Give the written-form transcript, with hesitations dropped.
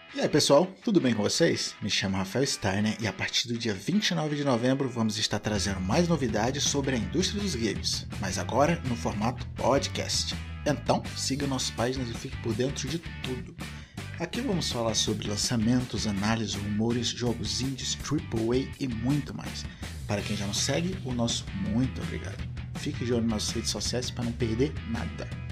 E aí pessoal, tudo bem com vocês? Me chamo Rafael Steiner e a partir do dia 29 de novembro vamos estar trazendo mais novidades sobre a indústria dos games, mas agora no formato podcast. Então siga nossas páginas e fique por dentro de tudo. Aqui vamos falar sobre lançamentos, análises, rumores, jogos indies, AAA e muito mais. Para quem já nos segue, o nosso muito obrigado. Fique de olho nas nossas redes sociais para não perder nada.